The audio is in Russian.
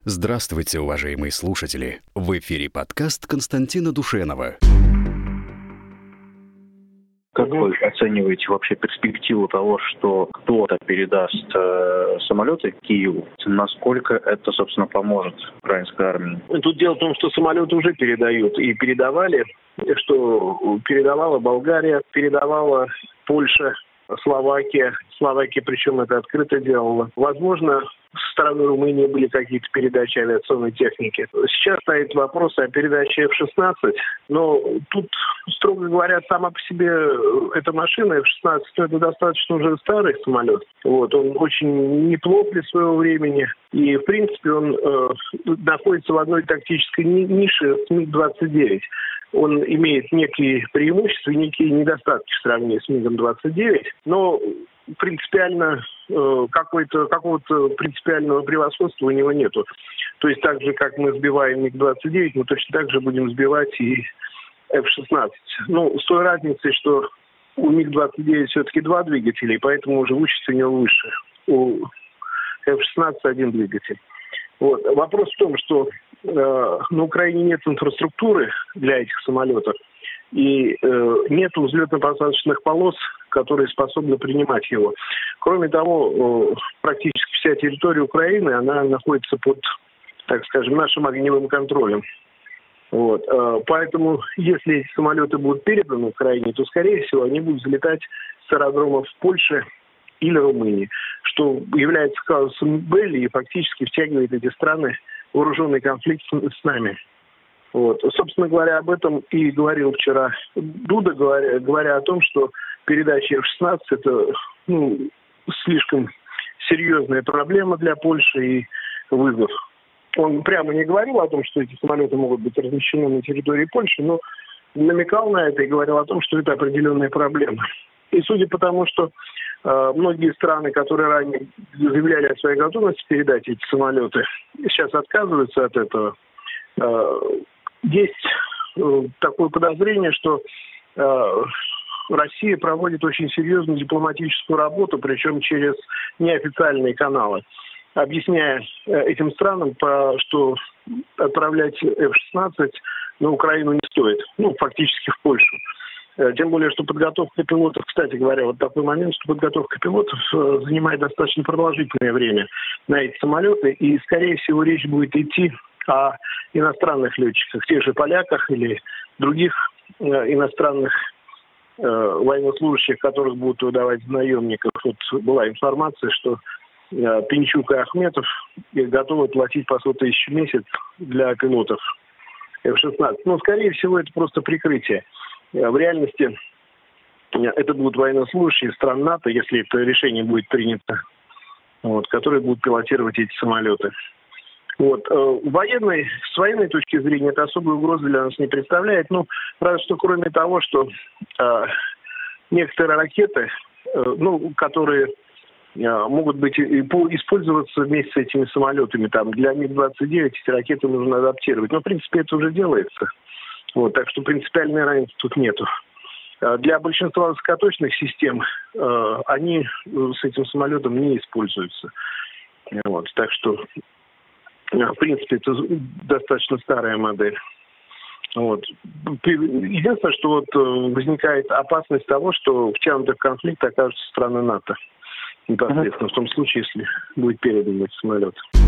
Здравствуйте, уважаемые слушатели! В эфире подкаст Константина Душенова. Как вы оцениваете вообще перспективу того, что кто-то передаст самолеты Киеву? Насколько это, собственно, поможет украинской армии? Тут дело в том, что самолеты уже передают и передавали, что передавала Болгария, передавала Польша, Словакия, причем это открыто делала. Возможно, со стороны Румынии были какие-то передачи авиационной техники. Сейчас стоит вопрос о передаче F-16, но тут, строго говоря, сама по себе эта машина F-16, это достаточно уже старый самолет. Он очень неплох для своего времени, и, в принципе, он находится в одной тактической нише с МиГ-29. Он имеет некие преимущества и некие недостатки в сравнении с МиГом-29, но принципиально какого-то принципиального превосходства у него нету. То есть так же, как мы сбиваем МиГ-29, мы точно так же будем сбивать и F-16. С той разницей, что у МиГ-29 все-таки два двигателя, и поэтому живучесть у него выше. У F-16 один двигатель. Вопрос в том, что на Украине нет инфраструктуры для этих самолетов, и нет взлетно-посадочных полос, которые способны принимать его. Кроме того, практически вся территория Украины, она находится под, так скажем, нашим огневым контролем. Поэтому, если эти самолеты будут переданы Украине, то, скорее всего, они будут взлетать с аэродромов в Польше или Румынии, что является казусом белли и фактически втягивает эти страны в вооруженный конфликт с нами. Собственно говоря, об этом и говорил вчера Дуда, говоря о том, что передача F-16 – это слишком серьезная проблема для Польши и вызов. Он прямо не говорил о том, что эти самолеты могут быть размещены на территории Польши, но намекал на это и говорил о том, что это определенная проблема. И судя по тому, что многие страны, которые ранее заявляли о своей готовности передать эти самолеты, сейчас отказываются от этого. Есть такое подозрение, что Россия проводит очень серьезную дипломатическую работу, причем через неофициальные каналы, объясняя этим странам, что отправлять F-16 на Украину не стоит, фактически в Польшу. Тем более, что подготовка пилотов, кстати говоря, такой момент, что подготовка пилотов занимает достаточно продолжительное время на эти самолеты, и, скорее всего, речь будет идти о иностранных летчиках, тех же поляках или других иностранных военнослужащих, которых будут выдавать за наемников. Была информация, что Пинчук и Ахметов готовы платить по 100 тысяч в месяц для пилотов F-16. Скорее всего, это просто прикрытие. В реальности это будут военнослужащие стран НАТО, если это решение будет принято, которые будут пилотировать эти самолеты. С военной точки зрения это особой угрозы для нас не представляет. Разве что кроме того, что некоторые ракеты, которые могут быть использоваться вместе с этими самолетами, для МиГ-29 эти ракеты нужно адаптировать. В принципе, это уже делается. Так что принципиальной разницы тут нету. Для большинства высокоточных систем они с этим самолетом не используются. Так что, в принципе, это достаточно старая модель. Единственное, что возникает опасность того, что втянуты в конфликт окажутся страны НАТО. Непосредственно в том случае, если будет передан эти самолеты.